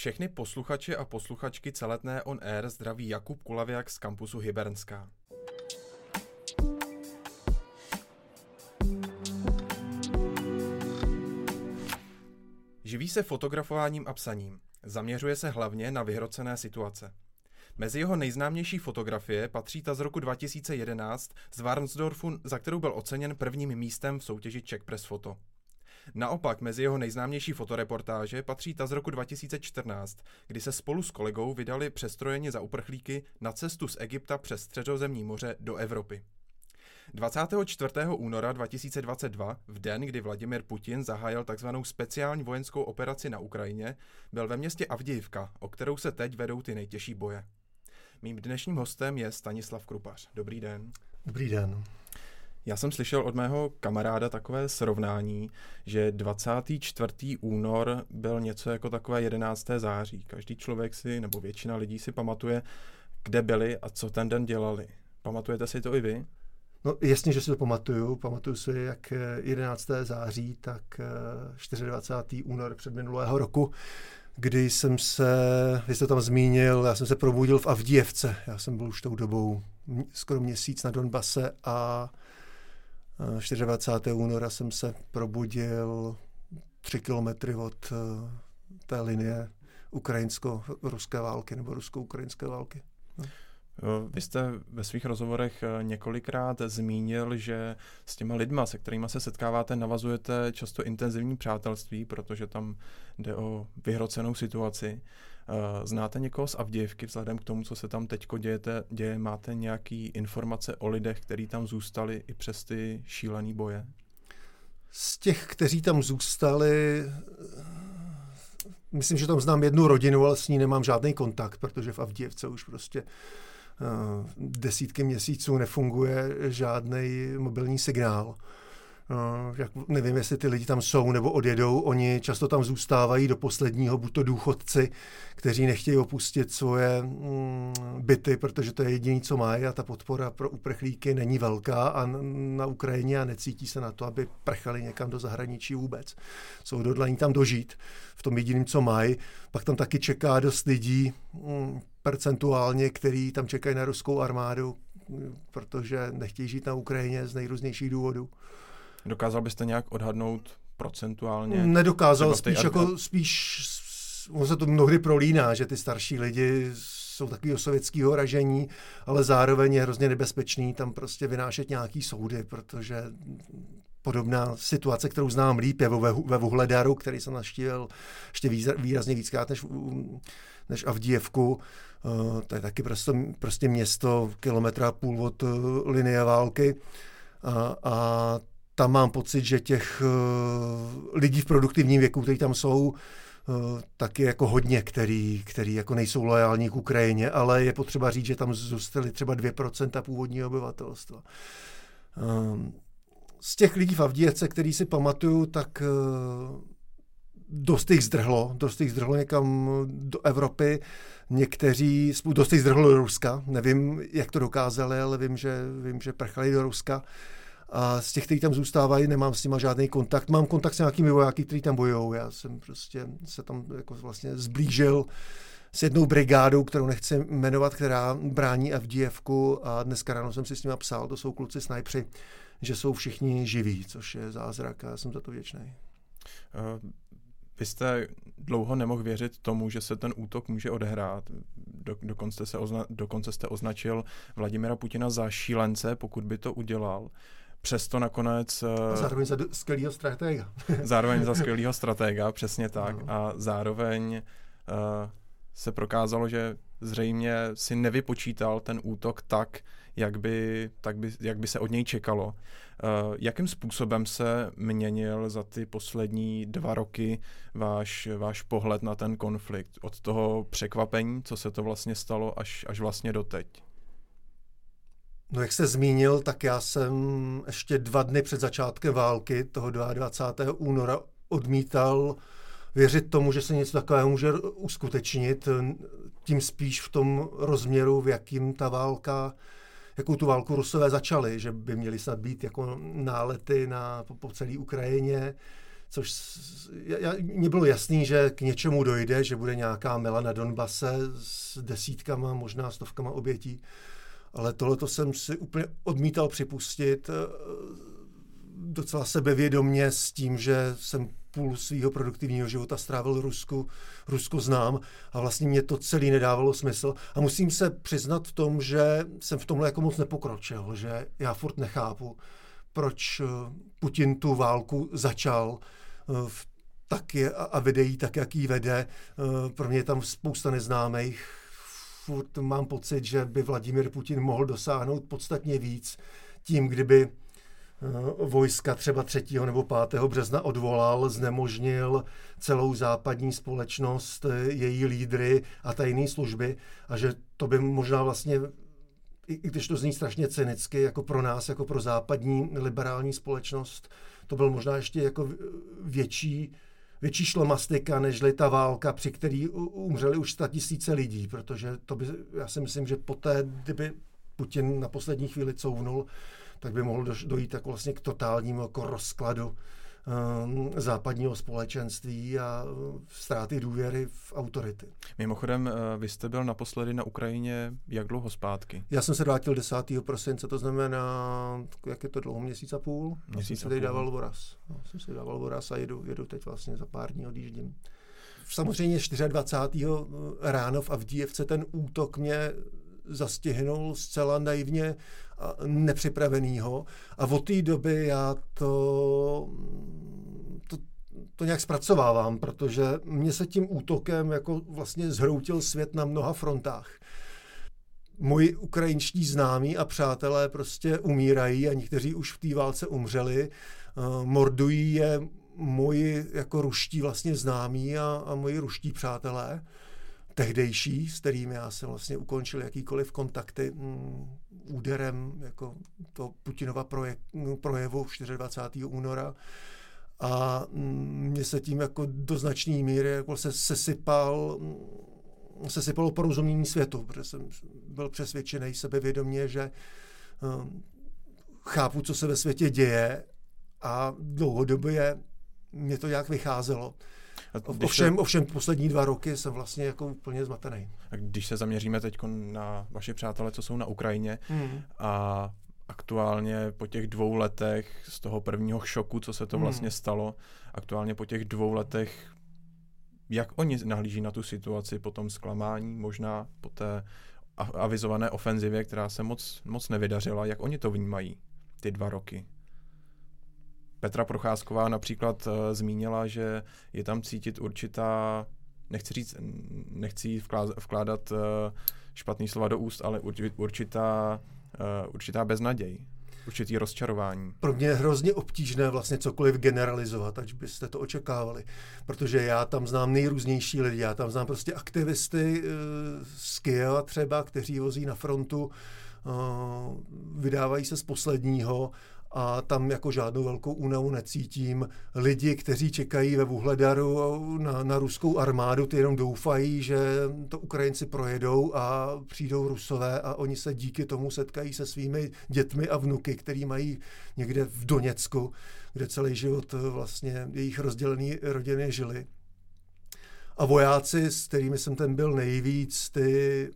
Všechny posluchače a posluchačky Celetné on Air zdraví Jakub Kulavěk z kampusu Hybernská. Živí se fotografováním a psaním. Zaměřuje se hlavně na vyhrocené situace. Mezi jeho nejznámější fotografie patří ta z roku 2011 z Varnsdorfu, za kterou byl oceněn prvním místem v soutěži Czech Press Photo. Naopak mezi jeho nejznámější fotoreportáže patří ta z roku 2014, kdy se spolu s kolegou vydali přestrojeně za uprchlíky na cestu z Egypta přes Středozemní moře do Evropy. 24. února 2022, v den, kdy Vladimir Putin zahájil tzv. Speciální vojenskou operaci na Ukrajině, byl ve městě Avdijivka, o kterou se teď vedou ty nejtěžší boje. Mým dnešním hostem je Stanislav Krupař. Dobrý den. Dobrý den. Já jsem slyšel od mého kamaráda takové srovnání, že 24. únor byl něco jako takové 11. září. Každý člověk si, nebo většina lidí si pamatuje, kde byli a co ten den dělali. Pamatujete si to i vy? No jasně, že si to pamatuju. Pamatuju si jak 11. září, tak 24. únor předminulého roku, kdy jsem se, vy jste tam zmínil, já jsem se probudil v Avdijevce. Já jsem byl už tou dobou skoro měsíc na Donbase a 24. února jsem se probudil 3 kilometry od té linie ukrajinsko-ruské války nebo rusko-ukrajinské války. No. Vy jste ve svých rozhovorech několikrát zmínil, že s těma lidma, se kterými se setkáváte, navazujete často intenzivní přátelství, protože tam jde o vyhrocenou situaci. Znáte někoho z Avdijivky vzhledem k tomu, co se tam teďko děje? Máte nějaké informace o lidech, kteří tam zůstali i přes ty šílený boje? Z těch, kteří tam zůstali, myslím, že tam znám jednu rodinu, ale s ní nemám žádný kontakt, protože v Avdijivce už prostě desítky měsíců nefunguje žádný mobilní signál. Nevím, jestli ty lidi tam jsou nebo odjedou. Oni často tam zůstávají do posledního, buď to důchodci, kteří nechtějí opustit svoje byty, protože to je jediné, co mají a ta podpora pro uprchlíky není velká a na Ukrajině a necítí se na to, aby prchali někam do zahraničí vůbec. Jsou odhodlaní tam dožít v tom jediném, co mají. Pak tam taky čeká dost lidí percentuálně, který tam čekají na ruskou armádu, protože nechtějí žít na Ukrajině z nejrůznějších důvodů. Dokázal byste nějak odhadnout procentuálně? Nedokázal, spíš on se to mnohdy prolíná, že ty starší lidi jsou takového sovětského ražení, ale zároveň je hrozně nebezpečný tam prostě vynášet nějaký soudy, protože podobná situace, kterou znám líp, je ve Vuhledaru, který jsem navštívil ještě výrazně víckrát než Avdijevku. To je taky prostě město kilometra půl od linie války a tam mám pocit, že těch lidí v produktivním věku, kteří tam jsou, taky jako hodně, který jako nejsou loajální k Ukrajině, ale je potřeba říct, že tam zůstali třeba 2% původního obyvatelstva. Z těch lidí v Avdijevce, který si pamatuju, tak dost jich zdrhlo někam do Evropy, dost jich zdrhlo do Ruska, nevím, jak to dokázali, ale vím, že prchali do Ruska. A z těch, kteří tam zůstávají, nemám s nima žádný kontakt. Mám kontakt s nějakými vojáky, kteří tam bojujou. Já jsem prostě se tam jako vlastně zblížil s jednou brigádou, kterou nechci jmenovat, která brání Avdijevku a dneska ráno jsem si s nima psal, to jsou kluci snajpři, že jsou všichni živí, což je zázrak a já jsem za to vděčný. Vy jste dlouho nemohl věřit tomu, že se ten útok může odehrát. Dokonce jste označil Vladimira Putina za šílence, pokud by to udělal. Přesto nakonec... A zároveň za skvělýho stratega. Zároveň za skvělýho stratega, přesně tak. No. A zároveň se prokázalo, že zřejmě si nevypočítal ten útok tak, jak by se od něj čekalo. Jakým způsobem se měnil za ty poslední 2 roky váš pohled na ten konflikt? Od toho překvapení, co se to vlastně stalo, až vlastně doteď? No jak jste zmínil, tak já jsem ještě 2 dny před začátkem války, toho 22. února, odmítal věřit tomu, že se něco takového může uskutečnit, tím spíš v tom rozměru, v jakým jakou tu válku Rusové začali, že by měly snad být jako nálety po celé Ukrajině, mně bylo jasný, že k něčemu dojde, že bude nějaká mela na Donbase s desítkama, možná stovkama obětí, ale tohleto jsem si úplně odmítal připustit docela sebevědomně s tím, že jsem půl svého produktivního života strávil Rusko znám a vlastně mě to celý nedávalo smysl. A musím se přiznat v tom, že jsem v tomhle jako moc nepokročil, že já furt nechápu, proč Putin tu válku začal a vede ji tak, jak ji vede. Pro mě je tam spousta neznámých. Furt mám pocit, že by Vladimír Putin mohl dosáhnout podstatně víc tím, kdyby vojska třeba 3. nebo 5. března odvolal, znemožnil celou západní společnost, její lídry a tajné služby a že to by možná vlastně, i když to zní strašně cynicky, jako pro nás, jako pro západní liberální společnost, to byl možná ještě jako větší šlamastika, nežli ta válka, při který umřeli už 100 000 lidí, protože já si myslím, že poté, kdyby Putin na poslední chvíli couvnul, tak by mohl dojít jako vlastně k totálnímu jako rozkladu západního společenství a ztráty důvěry v autority. Mimochodem, vy jste byl naposledy na Ukrajině jak dlouho zpátky? Já jsem se vrátil 10. prosince, to znamená, jak je to dlouho, měsíc a půl? Měsíc jsem si dával voraz a jedu teď vlastně za pár dní odjíždím. Samozřejmě 24. ráno v Avdijevce ten útok mě zastihnul zcela naivně a nepřipravenýho. A od té doby já to nějak zpracovávám, protože mě se tím útokem jako vlastně zhroutil svět na mnoha frontách. Moji ukrajinští známí a přátelé prostě umírají a někteří už v té válce umřeli. Mordují je moji jako ruští vlastně známí a moji ruští přátelé, tehdejší, s kterými já jsem vlastně ukončil jakýkoliv kontakty úderem jako to Putinova projevu 24. února. A mě se tím jako do značné míry jako se sesypalo porozumění světu, protože jsem byl přesvědčený sebevědomě, že chápu, co se ve světě děje a dlouhodobě mě to nějak vycházelo. Ovšem poslední 2 roky jsem vlastně jako úplně zmatený. A když se zaměříme teď na vaše přátelé, co jsou na Ukrajině a aktuálně po těch 2 letech z toho prvního šoku, co se to vlastně stalo, aktuálně po těch 2 letech, jak oni nahlíží na tu situaci po tom zklamání, možná po té avizované ofenzivě, která se moc nevydařila, jak oni to vnímají, ty 2 roky? Petra Procházková například zmínila, že je tam cítit určitá, nechci vkládat špatný slova do úst, ale určitá beznaděj, určitý rozčarování. Pro mě je hrozně obtížné vlastně cokoliv generalizovat, ať byste to očekávali, protože já tam znám nejrůznější lidi, já tam znám prostě aktivisty z Kyjeva třeba, kteří vozí na frontu, vydávají se z posledního a tam jako žádnou velkou únavu necítím. Lidi, kteří čekají ve Vuhledaru na ruskou armádu, ty jenom doufají, že to Ukrajinci projedou a přijdou Rusové a oni se díky tomu setkají se svými dětmi a vnuky, který mají někde v Doněcku, kde celý život vlastně jejich rozdělené rodiny žili. A vojáci, s kterými jsem ten byl nejvíc, ty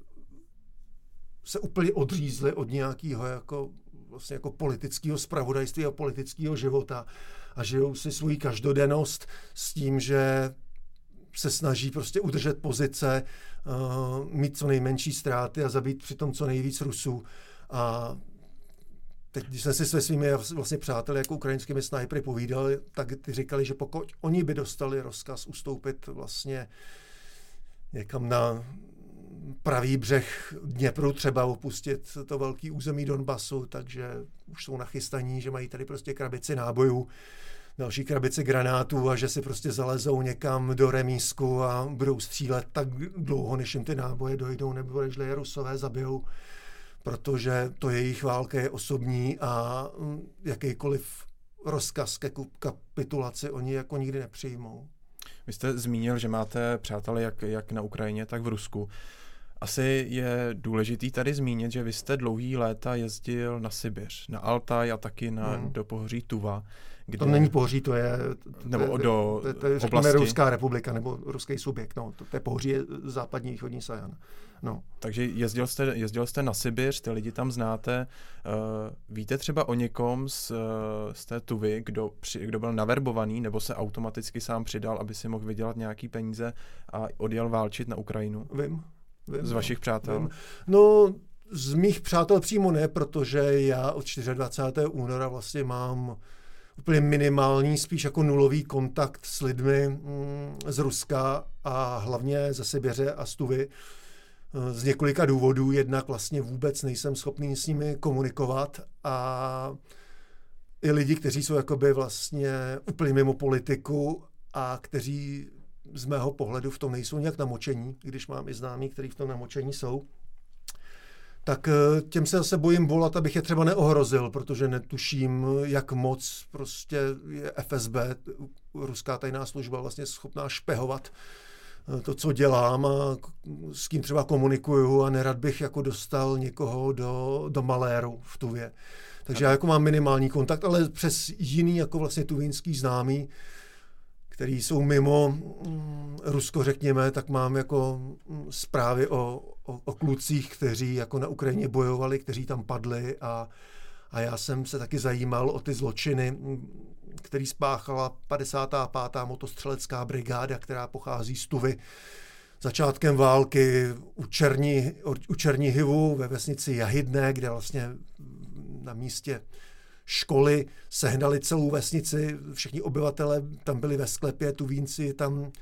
se úplně odřízli od nějakého vlastně jako politického zpravodajství a politického života a žijou si svou každodennost s tím, že se snaží prostě udržet pozice, mít co nejmenší ztráty a zabít přitom co nejvíc Rusů. A teď, když jsem si se svými vlastně přáteli jako ukrajinskými snajpery povídal, tak ty říkali, že pokud oni by dostali rozkaz ustoupit vlastně někam na pravý břeh Dněpru, třeba opustit to velký území Donbasu, takže už jsou nachystaní, že mají tady prostě krabici nábojů, další krabici granátů a že si prostě zalezou někam do remízku a budou střílet tak dlouho, než jim ty náboje dojdou, nebo než je Rusové zabijou, protože to jejich válka je osobní a jakýkoliv rozkaz ke kapitulaci oni jako nikdy nepřijmou. Vy jste zmínil, že máte přátelé jak na Ukrajině, tak v Rusku. Asi je důležitý tady zmínit, že vy jste dlouhý léta jezdil na Sibiř, na Altaj a taky do pohoří Tuva. Kde... To není pohoří, to je oblasti. Ruská republika nebo ruský subjekt. No, to je pohoří západní východní Sajan. No. Takže jezdil jste na Sibiř, ty lidi tam znáte. Víte třeba o někom z té Tuvy, kdo byl naverbovaný nebo se automaticky sám přidal, aby si mohl vydělat nějaký peníze a odjel válčit na Ukrajinu? Vím. Z vašich přátel? Vím. No, z mých přátel přímo ne, protože já od 24. února vlastně mám úplně minimální, spíš jako nulový kontakt s lidmi z Ruska a hlavně ze Sibiře a z Tuvy. Z několika důvodů. Jednak vlastně vůbec nejsem schopný s nimi komunikovat a i lidi, kteří jsou jakoby vlastně úplně mimo politiku a kteří z mého pohledu v tom nejsou nějak namočení, když mám i známí, kteří v tom namočení jsou, tak těm se zase bojím volat, abych je třeba neohrozil, protože netuším, jak moc prostě je FSB, ruská tajná služba, vlastně schopná špehovat to, co dělám a s kým třeba komunikuju a nerad bych jako dostal někoho do maléru v Tuvě. Takže já jako mám minimální kontakt, ale přes jiný jako vlastně tuvínský známý, který jsou mimo Rusko, řekněme, tak mám jako zprávy o klucích, kteří jako na Ukrajině bojovali, kteří tam padli a já jsem se taky zajímal o ty zločiny, který spáchala 55. motostřelecká brigáda, která pochází z Tuvy. Začátkem války u Černihivu ve vesnici Jahydné, kde vlastně na místě školy sehnali celou vesnici, všichni obyvatele tam byli ve sklepě, Tuvínci tam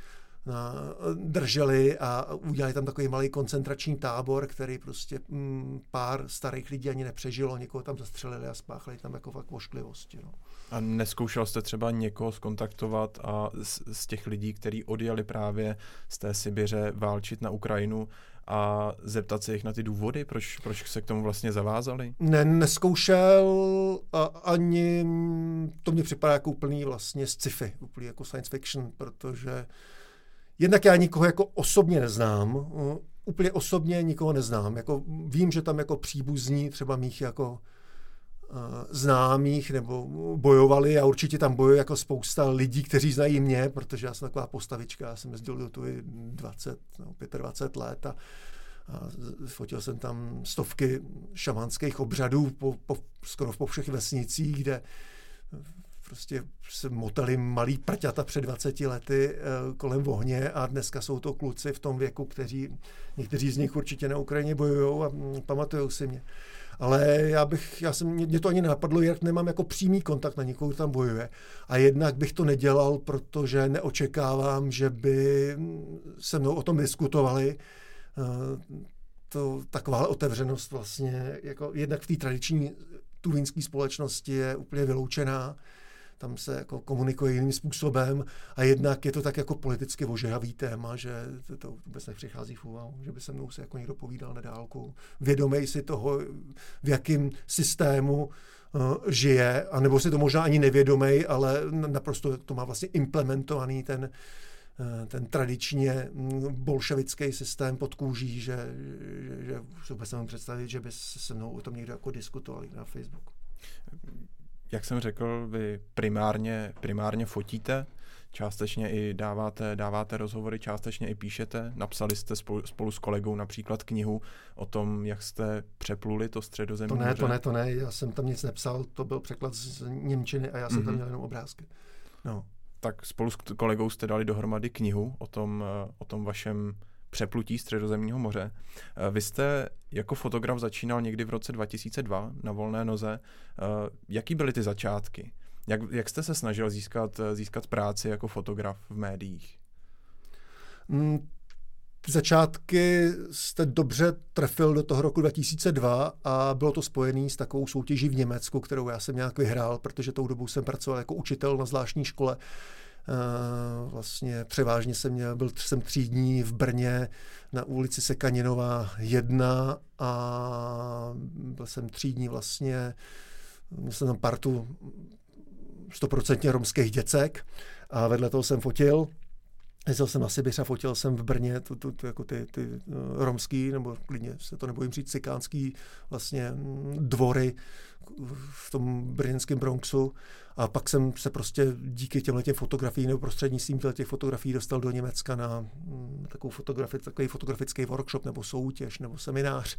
drželi a udělali tam takový malý koncentrační tábor, který prostě pár starých lidí ani nepřežilo, někoho tam zastřelili a spáchali tam jako fakt ošklivosti. No. A nezkoušel jste třeba někoho zkontaktovat a z těch lidí, kteří odjeli právě z té Sibiře válčit na Ukrajinu a zeptat se jich na ty důvody, proč se k tomu vlastně zavázali? Ne, neskoušel a ani to mně připadá jako úplný vlastně sci-fi, úplný jako science fiction, protože jednak já nikoho jako osobně neznám, úplně osobně nikoho neznám. Jako vím, že tam jako příbuzní třeba mých jako známých nebo bojovali a určitě tam bojuje jako spousta lidí, kteří znají mě, protože já jsem taková postavička, já jsem jezdil do Tuvy 25 let a fotil jsem tam stovky šamanských obřadů skoro po všech vesnicích, kde prostě se motali malí prťata před 20 lety kolem ohně a dneska jsou to kluci v tom věku, někteří z nich určitě na Ukrajině bojujou a pamatujou si mě. Ale mě to ani nenapadlo, jak nemám jako přímý kontakt na někoho, kdo tam bojuje. A jednak bych to nedělal, protože neočekávám, že by se mnou o tom diskutovali. Taková otevřenost vlastně, jako jednak v té tradiční tuvínské společnosti je úplně vyloučená. Tam se jako komunikuje jiným způsobem a jednak je to tak jako politicky ožehavý téma, že to vůbec nepřichází v úvahu, že by se mnou se jako někdo povídal na dálku. Vědomej si toho, v jakém systému žije, anebo si to možná ani nevědomej, ale naprosto to má vlastně implementovaný ten tradičně bolševický systém pod kůží, že si vůbec nemůžu představit, že by se mnou o tom někdo jako diskutovali na Facebooku. Jak jsem řekl, vy primárně fotíte, částečně i dáváte rozhovory, částečně i píšete. Napsali jste spolu s kolegou například knihu o tom, jak jste přepluli to Středozemní moře. To ne, já jsem tam nic nepsal, to byl překlad z němčiny a já jsem tam měl jenom obrázky. No. Tak spolu s kolegou jste dali dohromady knihu o tom vašem přeplutí Středozemního moře. Vy jste jako fotograf začínal někdy v roce 2002 na volné noze. Jaký byly ty začátky? Jak jste se snažil získat práci jako fotograf v médiích? Ty začátky jste dobře trefil do toho roku 2002 a bylo to spojené s takovou soutěží v Německu, kterou já jsem nějak vyhrál, protože tou dobou jsem pracoval jako učitel na zvláštní škole. Vlastně převážně byl jsem 3 dní v Brně na ulici Sekaninová 1 a byl jsem 3 dní vlastně, měl jsem tam partu 100% romských děcek a vedle toho jsem fotil. Jezdil jsem na Sibiř a fotil jsem v Brně jako ty romský, nebo klidně se to nebojím říct, cikánský vlastně dvory v tom brněnském Bronxu. A pak jsem se prostě díky těmhletěm fotografiím nebo prostřednictvím těch fotografií dostal do Německa na takový fotografický workshop nebo soutěž nebo seminář.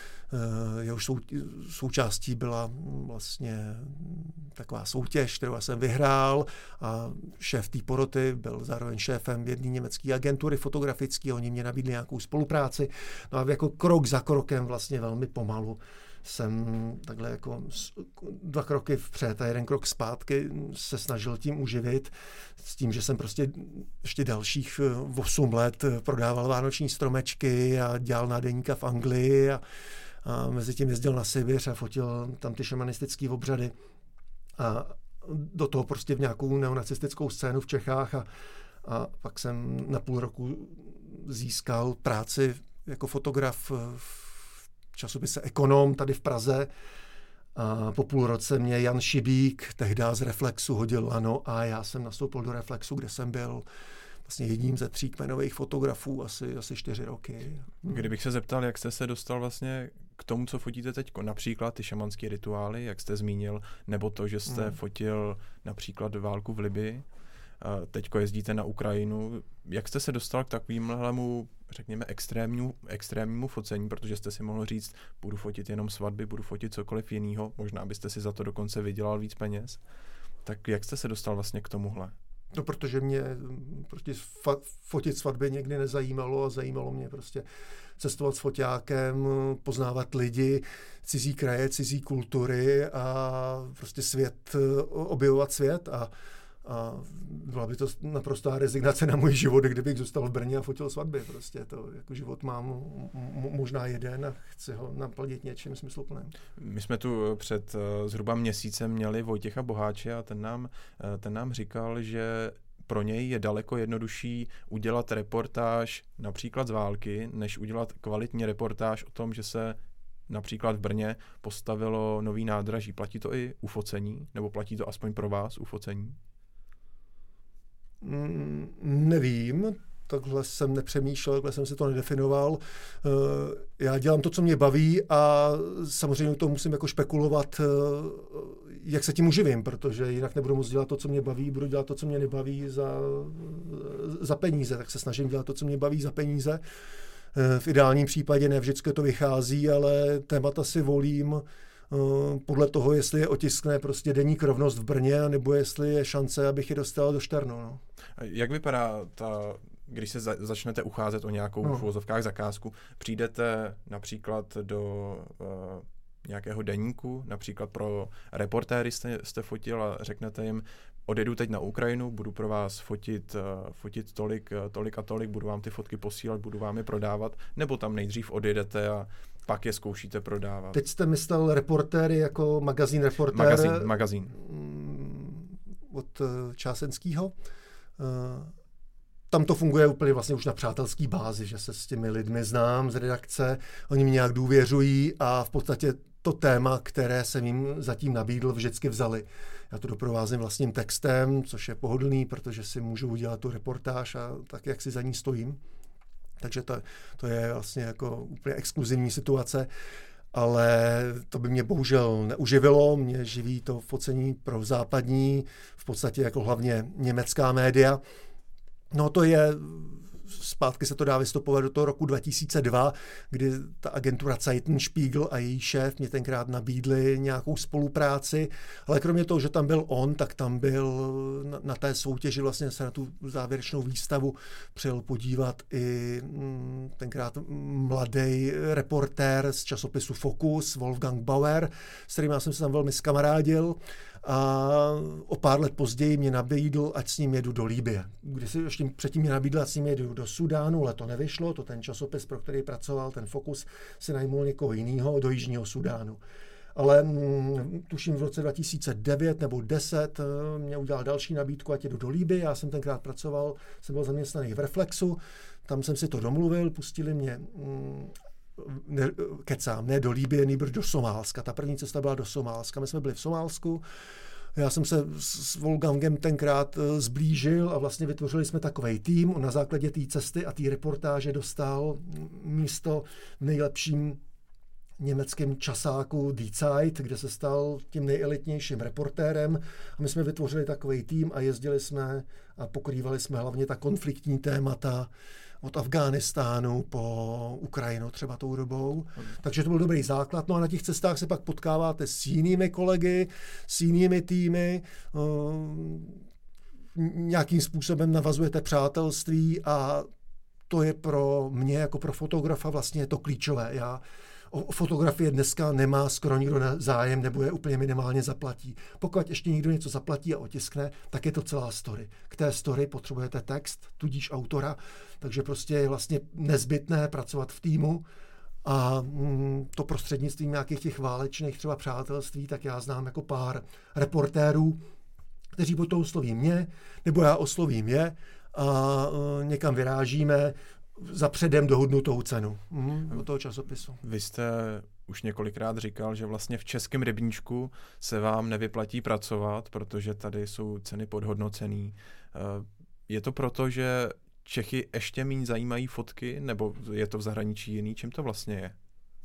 Jehož součástí byla vlastně taková soutěž, kterou jsem vyhrál, a šéf té poroty byl zároveň šéfem jedné německé agentury fotografické, oni mě nabídli nějakou spolupráci. No a jako krok za krokem vlastně velmi pomalu jsem takhle jako 2 kroky vpřed a 1 krok zpátky se snažil tím uživit, s tím, že jsem prostě ještě dalších 8 let prodával vánoční stromečky a dělal nádeníka v Anglii a mezi tím jezdil na Sibiř a fotil tam ty šamanistické obřady a do toho prostě v nějakou neonacistickou scénu v Čechách a pak jsem na půl roku získal práci jako fotograf v časopise Ekonom tady v Praze. A po půl roce mě Jan Šibík, tehdy z Reflexu, hodil lano a já jsem nastoupil do Reflexu, kde jsem byl vlastně jedním ze 3 kmenových fotografů asi 4 roky. Kdybych se zeptal, jak jste se dostal vlastně k tomu, co fotíte teď, například ty šamanské rituály, jak jste zmínil, nebo to, že jste fotil například válku v Libii, teďko jezdíte na Ukrajinu. Jak jste se dostal k takovému, řekněme, extrémnímu focení, protože jste si mohl říct, budu fotit jenom svatby, budu fotit cokoliv jiného, možná byste si za to dokonce vydělal víc peněz. Tak jak jste se dostal vlastně k tomuhle? No, protože mě prostě fotit svatby někdy nezajímalo a zajímalo mě prostě cestovat s foťákem, poznávat lidi, cizí kraje, cizí kultury a prostě objevovat svět a byla by to naprostá rezignace na můj život, kdybych zůstal v Brně a fotil svatby. Prostě to jako život mám možná jeden a chci ho naplnit něčím smysluplným. My jsme tu před zhruba měsícem měli Vojtěcha Boháče a ten nám říkal, že pro něj je daleko jednodušší udělat reportáž například z války, než udělat kvalitní reportáž o tom, že se například v Brně postavilo nový nádraží. Platí to i u focení? Nebo platí to aspoň pro vás u focení? Nevím, takhle jsem nepřemýšlel, takhle jsem si to nedefinoval. Já dělám to, co mě baví a samozřejmě to musím jako špekulovat, jak se tím uživím, protože jinak nebudu moct dělat to, co mě baví, budu dělat to, co mě nebaví za peníze, tak se snažím dělat to, co mě baví za peníze. V ideálním případě ne vždycky to vychází, ale témata si volím podle toho, jestli je otiskne prostě deník Rovnost v Brně, nebo jestli je šance, abych je dostal do Šternu. No. Jak vypadá když se začnete ucházet o nějakou v uvozovkách zakázku, přijdete například do nějakého deníku, například pro reportéry jste fotil a řeknete jim, odjedu teď na Ukrajinu, budu pro vás fotit tolik a tolik, budu vám ty fotky posílat, budu vám je prodávat, nebo tam nejdřív odjedete a pak je zkoušíte prodávat. Teď jste myslel reportéry jako magazín Reportér? Magazín. Od Čásenskýho. Tam to funguje úplně vlastně už na přátelský bázi, že se s těmi lidmi znám z redakce, oni mi nějak důvěřují a v podstatě to téma, které jsem jim zatím nabídl, vždycky vzali. Já to doprovázím vlastním textem, což je pohodlný, protože si můžu udělat tu reportáž a tak, jak si za ní stojím. Takže to je vlastně jako úplně exkluzivní situace, ale to by mě bohužel neuživilo. Mě živí to focení pro západní, v podstatě jako hlavně německá média. No to je, zpátky se to dá vystupovat do toho roku 2002, kdy ta agentura Zeitenspiegel a její šéf mě tenkrát nabídli nějakou spolupráci, ale kromě toho, že tam byl on, tak tam byl na té soutěži, vlastně se na tu závěrečnou výstavu přijel podívat i tenkrát mladý reportér z časopisu Focus, Wolfgang Bauer, s kterým já jsem se tam velmi skamarádil. A o pár let později mě nabídl, ať s ním jedu do Libye. Když ještě předtím mě nabídl, ať s ním jedu do Sudánu, ale to nevyšlo, to ten časopis, pro který pracoval, ten Focus, si najmul někoho jiného do Jižního Sudánu. Ale tuším v roce 2009 nebo 10 mě udělal další nabídku, ať jedu do Libye. Já jsem tenkrát pracoval, jsem byl zaměstnaný v Reflexu, tam jsem si to domluvil, pustili mě ne do Libye, nýbrž do Somálska. Ta první cesta byla do Somálska. My jsme byli v Somálsku, Já jsem se s Wolfgangem tenkrát zblížil a vlastně vytvořili jsme takovej tým. Na základě té cesty a té reportáže dostal místo v nejlepším německém časáku Die Zeit, kde se stal tím nejelitnějším reportérem. A my jsme vytvořili takovej tým a jezdili jsme a pokrývali jsme hlavně ta konfliktní témata od Afghánistánu po Ukrajinu třeba tou dobou. Takže to byl dobrý základ. No a na těch cestách se pak potkáváte s jinými kolegy, s jinými týmy, nějakým způsobem navazujete přátelství a to je pro mě jako pro fotografa vlastně to klíčové. Já o fotografie dneska nemá skoro nikdo zájem nebo je úplně minimálně zaplatí. Pokud ještě někdo něco zaplatí a otiskne, tak je to celá story. K té story potřebujete text, tudíž autora, takže prostě je vlastně nezbytné pracovat v týmu a to prostřednictvím nějakých těch válečných třeba přátelství, tak já znám jako pár reportérů, kteří buď to osloví mě, nebo já oslovím je a někam vyrážíme za předem dohodnutou cenu do toho časopisu. Vy jste už několikrát říkal, že vlastně v českém rybníčku se vám nevyplatí pracovat, protože tady jsou ceny podhodnocený. Je to proto, že Čechy ještě méně zajímají fotky, nebo je to v zahraničí jiný? Čím to vlastně je?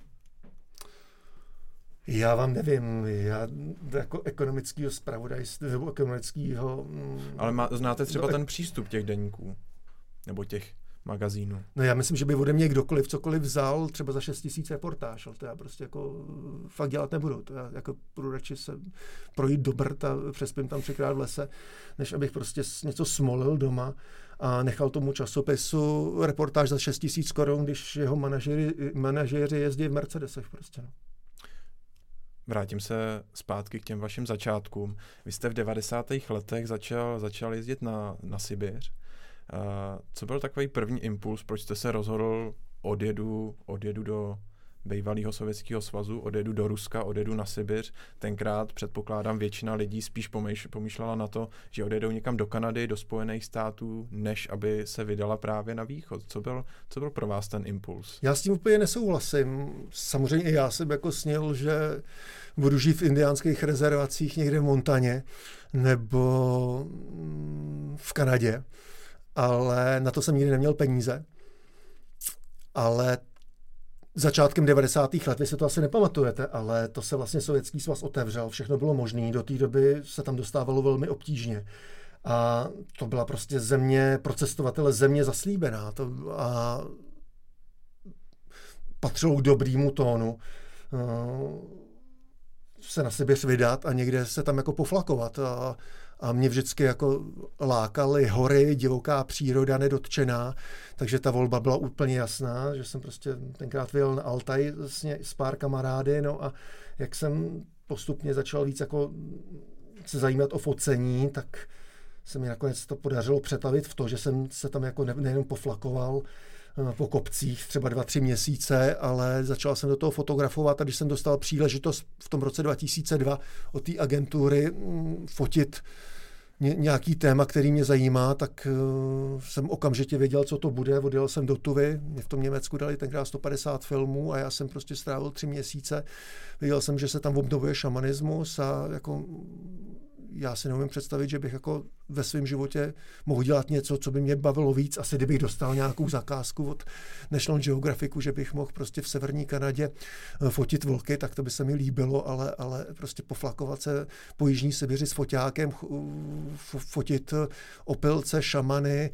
Já vám nevím, já jako ekonomického zpravodajství nebo ekonomického... Ale znáte třeba ten přístup těch deníků? Nebo těch magazínů? No já myslím, že by ode mě kdokoliv cokoliv vzal třeba za 6 000 reportáž, ale to já prostě jako fakt dělat nebudu. To já jako budu radši se projít do Brd a přespím tam 3krát v lese, než abych prostě něco smolil doma a nechal tomu časopisu reportáž za 6 000 korun, když jeho manažéři jezdí v Mercedesech prostě. No. Vrátím se zpátky k těm vašim začátkům. Vy jste v 90. letech začal jezdit na Sibiř. Co byl takový první impuls, proč jste se rozhodl odjedu do bývalého Sovětského svazu, odjedu do Ruska, odjedu na Sibiř? Tenkrát předpokládám většina lidí spíš pomýšlela na to, že odjedou někam do Kanady, do Spojených států, než aby se vydala právě na východ. Co byl pro vás ten impuls? Já s tím úplně nesouhlasím. Samozřejmě já jsem jako snil, že budu žít v indiánských rezervacích někde v Montaně nebo v Kanadě. Ale na to jsem nikdy neměl peníze. Ale začátkem 90. let, vy si to asi nepamatujete, ale to se vlastně Sovětský svaz otevřel, všechno bylo možné, do té doby se tam dostávalo velmi obtížně. A to byla prostě země, pro cestovatele země zaslíbená. A patřilo k dobrýmu tónu se na Sibiř vydat a někde se tam jako poflakovat. A mě vždycky jako lákaly hory, divoká příroda nedotčená, takže ta volba byla úplně jasná, že jsem prostě tenkrát vyjel na Altaj s pár kamarády, no a jak jsem postupně začal víc jako se zajímat o focení, tak se mi nakonec to podařilo přetavit v to, že jsem se tam jako nejenom poflakoval po kopcích třeba 2-3 měsíce, ale začal jsem do toho fotografovat a když jsem dostal příležitost v tom roce 2002 od té agentury fotit nějaký téma, který mě zajímá, tak jsem okamžitě věděl, co to bude. Odjel jsem do Tuvy, mě v tom Německu dali tenkrát 150 filmů a já jsem prostě strávil 3 měsíce. Věděl jsem, že se tam obnovuje šamanismus a jako já si neumím představit, že bych jako ve svém životě mohl dělat něco, co by mě bavilo víc. Asi kdybych dostal nějakou zakázku od National Geographicu, že bych mohl prostě v severní Kanadě fotit vlky, tak to by se mi líbilo, ale prostě poflakovat se po jižní Sibiři s foťákem, fotit opilce, šamany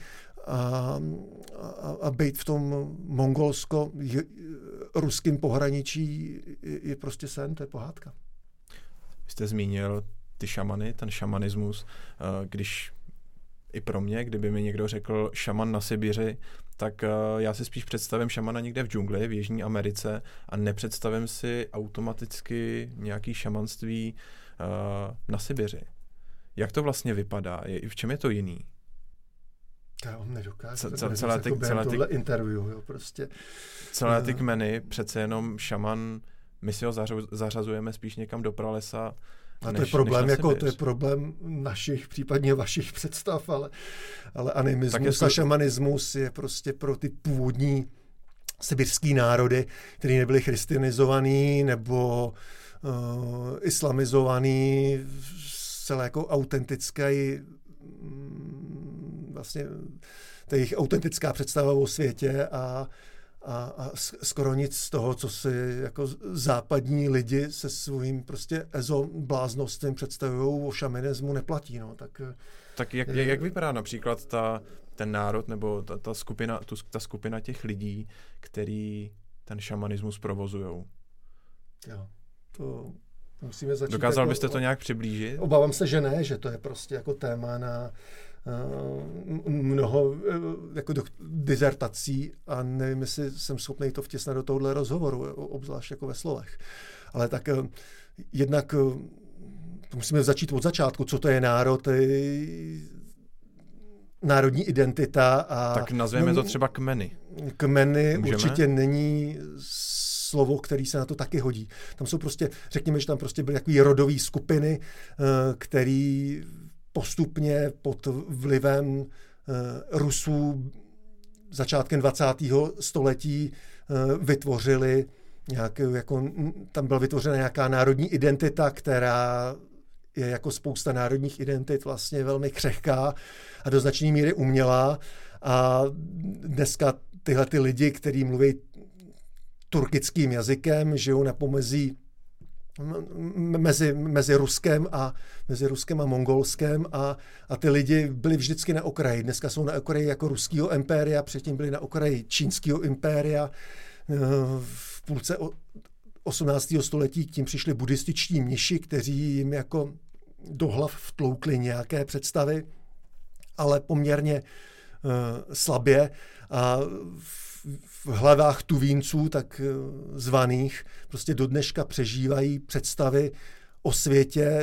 a být v tom mongolsko-ruském pohraničí je prostě sen, to je pohádka. Jste zmínil ty šamany, ten šamanismus, když i pro mě, kdyby mi někdo řekl šaman na Sibiři, tak já si spíš představím šamana někde v džungli, v Jižní Americe a nepředstavím si automaticky nějaký šamanství na Sibiři. Jak to vlastně vypadá? V čem je to jiný? Já vám nedokážu. Celé interview, jo, prostě. Celé ty kmeny, přece jenom šaman, my si ho zařazujeme spíš někam do pralesa. A to je problém, to je problém našich, případně vašich představ, ale animismus a šamanismus je prostě pro ty původní sibirský národy, který nebyli christianizovaný nebo islamizovaný zcela jako autentický, vlastně ta jejich autentická představa o světě a skoro nic z toho, co si jako západní lidi se svým prostě ezobláznostím představují o šamanismu, neplatí. No. Tak jak vypadá například ten národ nebo ta skupina těch lidí, který ten šamanismus provozujou? Jo, to musíme začít. Dokázal byste to nějak přiblížit? Obávám se, že ne, že to je prostě jako téma na mnoho jako dizertací a nevím, jestli jsem schopný to vtěsnat do tohohle rozhovoru, obzvlášť jako ve slovech. Ale tak jednak to musíme začít od začátku, co to je národ, národní identita. Tak nazveme to třeba kmeny. Kmeny určitě není slovo, který se na to taky hodí. Tam jsou prostě, řekněme, že tam prostě byly takové rodové skupiny, které postupně pod vlivem Rusů začátkem 20. století vytvořili tam byla vytvořena nějaká národní identita, která je jako spousta národních identit vlastně velmi křehká a do značné míry umělá. A dneska tyhle ty lidi, kteří mluví turkickým jazykem, žijou na pomezí mezi Ruskem a Mongolskem a ty lidi byli vždycky na okraji. Dneska jsou na okraji jako ruského impéria, předtím byli na okraji čínského impéria. V půlce 18. století k tím přišli buddhističtí mniši, kteří jim jako do hlav vtloukli nějaké představy, ale poměrně slabě. A v hlavách Tuvínců, tak zvaných, prostě do dneška přežívají představy o světě,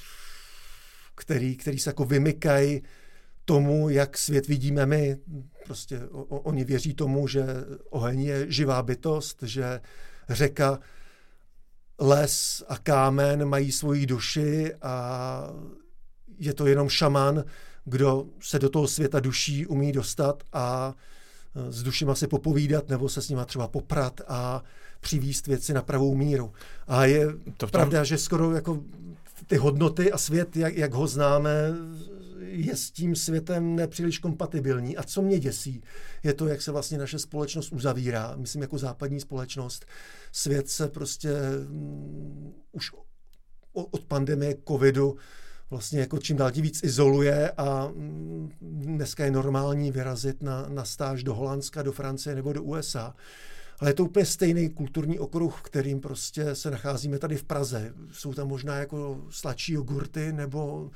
který se jako vymykají tomu, jak svět vidíme my. Prostě oni věří tomu, že oheň je živá bytost, že řeka, les a kámen mají svoji duši a je to jenom šaman, kdo se do toho světa duší umí dostat a s dušima si popovídat nebo se s nima třeba poprat a přivízt věci na pravou míru. A je pravda, že skoro jako ty hodnoty a svět, jak ho známe, je s tím světem nepříliš kompatibilní. A co mě děsí, je to, jak se vlastně naše společnost uzavírá. Myslím, jako západní společnost. Svět se prostě už od pandemie covidu vlastně jako čím dál tím víc izoluje a dneska je normální vyrazit na stáž do Holandska, do Francie nebo do USA. Ale je to úplně stejný kulturní okruh, kterým prostě se nacházíme tady v Praze. Jsou tam možná jako sladší jogurty nebo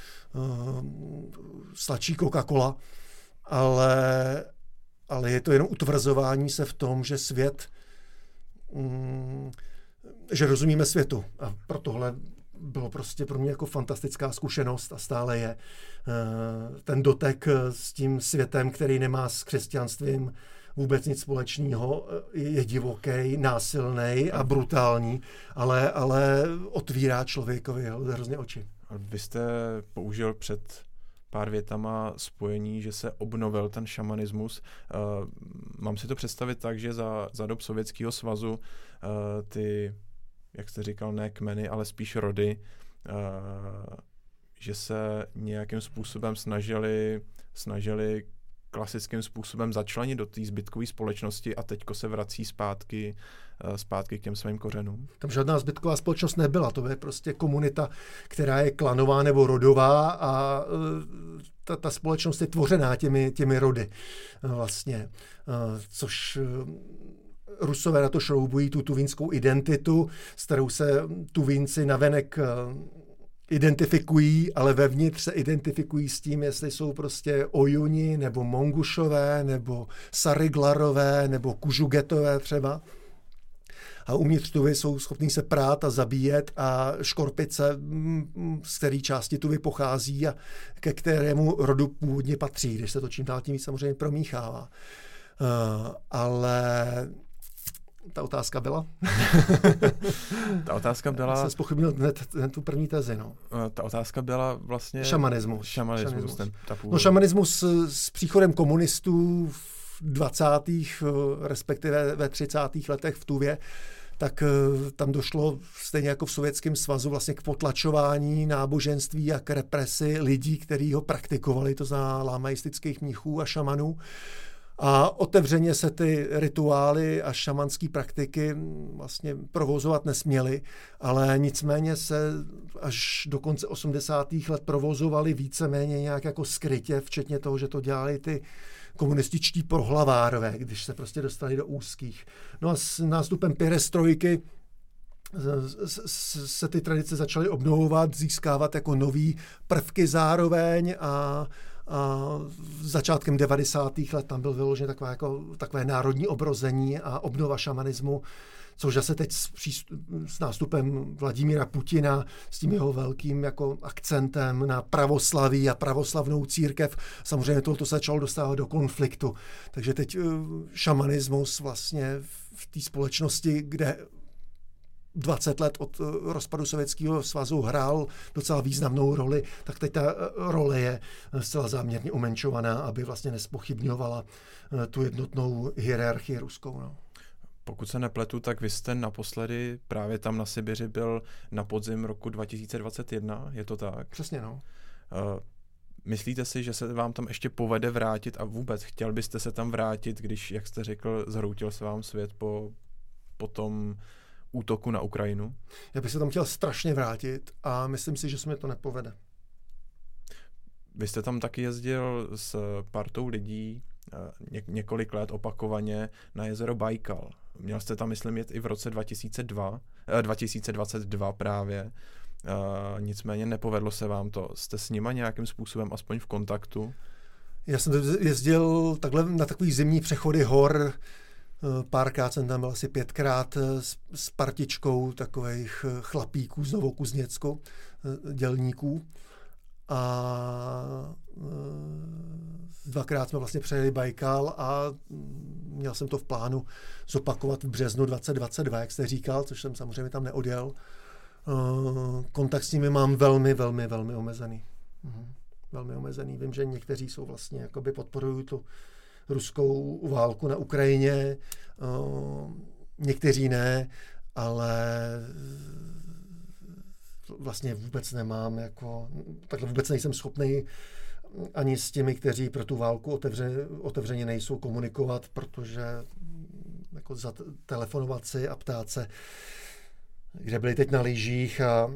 sladší Coca-Cola, ale je to jenom utvrzování se v tom, že svět, že rozumíme světu. A pro tohle bylo prostě pro mě jako fantastická zkušenost a stále je. Ten dotek s tím světem, který nemá s křesťanstvím vůbec nic společného, je divoký, násilný a brutální, ale otvírá člověkovi hrozně oči. Vy jste použil před pár větama spojení, že se obnovil ten šamanismus. Mám si to představit tak, že za dob Sovětského svazu ty, jak jste říkal, ne kmeny, ale spíš rody, že se nějakým způsobem snažili klasickým způsobem začlenit do té zbytkové společnosti a teďko se vrací zpátky k těm svým kořenům? Tam žádná zbytková společnost nebyla, to je prostě komunita, která je klanová nebo rodová a ta společnost je tvořená těmi rody vlastně, což Rusové na to šroubují tu tuvínskou identitu, s kterou se Tuvínci navenek identifikují, ale vevnitř se identifikují s tím, jestli jsou prostě Ojuni, nebo Mongušové, nebo Sariglarové, nebo Kužugetové třeba. A uvnitř Tuvy jsou schopní se prát a zabíjet a škorpice, z které části Tuvy pochází a ke kterému rodu původně patří, když se to čím dál tím víc samozřejmě promíchává. Ale ta otázka byla? Ta otázka byla... Já jsem zpochybnil hned tu první tezi, no. Ta otázka byla vlastně... Šamanismus. Šamanismus. S příchodem komunistů v 20. respektive ve 30. letech v Tuvě, tak tam došlo stejně jako v Sovětském svazu vlastně k potlačování náboženství a k represi lidí, kteří ho praktikovali, to znamená lámaistických mnichů a šamanů. A otevřeně se ty rituály a šamanské praktiky vlastně provozovat nesměly, ale nicméně se až do konce 80. let provozovaly víceméně nějak jako skrytě, včetně toho, že to dělali ty komunističtí pohlavárové, když se prostě dostali do úzkých. No a s nástupem perestrojky se ty tradice začaly obnovovat, získávat jako nový prvky zároveň a začátkem 90. let tam byl vyložen takové národní obrození a obnova šamanismu, což zase teď s nástupem Vladimíra Putina, s tím jeho velkým jako akcentem na pravoslaví a pravoslavnou církev, samozřejmě tohoto se začalo dostávat do konfliktu. Takže teď šamanismus vlastně v té společnosti, kde 20 let od rozpadu Sovětského svazu hrál docela významnou roli, tak teď ta role je zcela záměrně umenšovaná, aby vlastně nespochybňovala tu jednotnou hierarchii ruskou. No. Pokud se nepletu, tak vy jste naposledy právě tam na Sibiři byl na podzim roku 2021, je to tak? Přesně, no. Myslíte si, že se vám tam ještě povede vrátit a vůbec chtěl byste se tam vrátit, když, jak jste řekl, zhroutil se vám svět po tom útoku na Ukrajinu? Já bych se tam chtěl strašně vrátit a myslím si, že se mi to nepovede. Vy jste tam taky jezdil s partou lidí několik let opakovaně na jezero Bajkal. Měl jste tam, myslím, jet i v roce 2022 právě. Nicméně nepovedlo se vám to. Jste s nima nějakým způsobem aspoň v kontaktu? Já jsem jezdil takhle na takový zimní přechody hor. Párkrát jsem tam byl, asi 5krát s partičkou takových chlapíků z Novokuzněcku, dělníků. A 2krát jsme vlastně přejeli Bajkal a měl jsem to v plánu zopakovat v březnu 2022, jak jste říkal, což jsem samozřejmě tam neodjel. Kontakt s nimi mám velmi, velmi, velmi omezený. Velmi omezený. Vím, že někteří jsou vlastně, jakoby podporují tu ruskou válku na Ukrajině, někteří ne, ale vlastně vůbec nemám, takhle vůbec nejsem schopný ani s těmi, kteří pro tu válku otevřeně nejsou, komunikovat, protože jako zatelefonovat si a ptát se, kde byli teď na lyžích a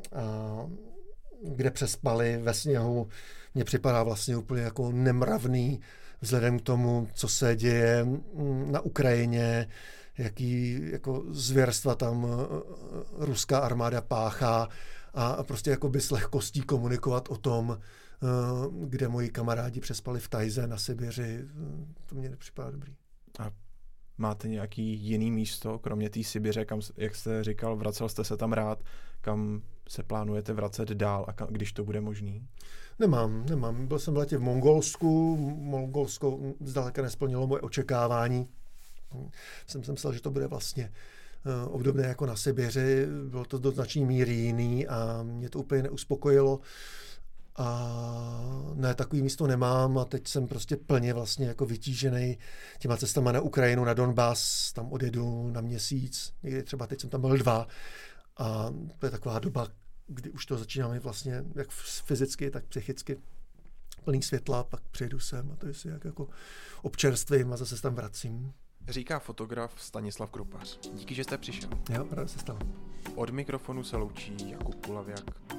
kde přespali ve sněhu, mně připadá vlastně úplně jako nemravný vzhledem k tomu, co se děje na Ukrajině, jaký jako zvěrstva tam ruská armáda páchá a prostě jako by s lehkostí komunikovat o tom, kde moji kamarádi přespali v Tajze na Sibiři, to mně nepřipadá dobrý. A máte nějaký jiný místo, kromě té Sibiře, kam, jak jste říkal, vracel jste se tam rád, kam se plánujete vracet dál a když to bude možný? Nemám. Byl jsem v letě v Mongolsku. Mongolsko zdaleka nesplnilo moje očekávání. Jsem si myslel, že to bude vlastně obdobné jako na Sibiři. Bylo to do značné míry jiný a mě to úplně neuspokojilo. A ne, takový místo nemám a teď jsem prostě plně vlastně jako vytížený těma cestama na Ukrajinu, na Donbas, tam odjedu na měsíc, někdy třeba teď jsem tam byl 2 a to je taková doba, kdy už to začíná mít vlastně jak fyzicky, tak psychicky plný světla, pak přijedu sem a to je si jako občerstvím a zase se tam vracím. Říká fotograf Stanislav Krupař. Díky, že jste přišel. Jo, rád se stalo. Od mikrofonu se loučí Jakub Kulavěk.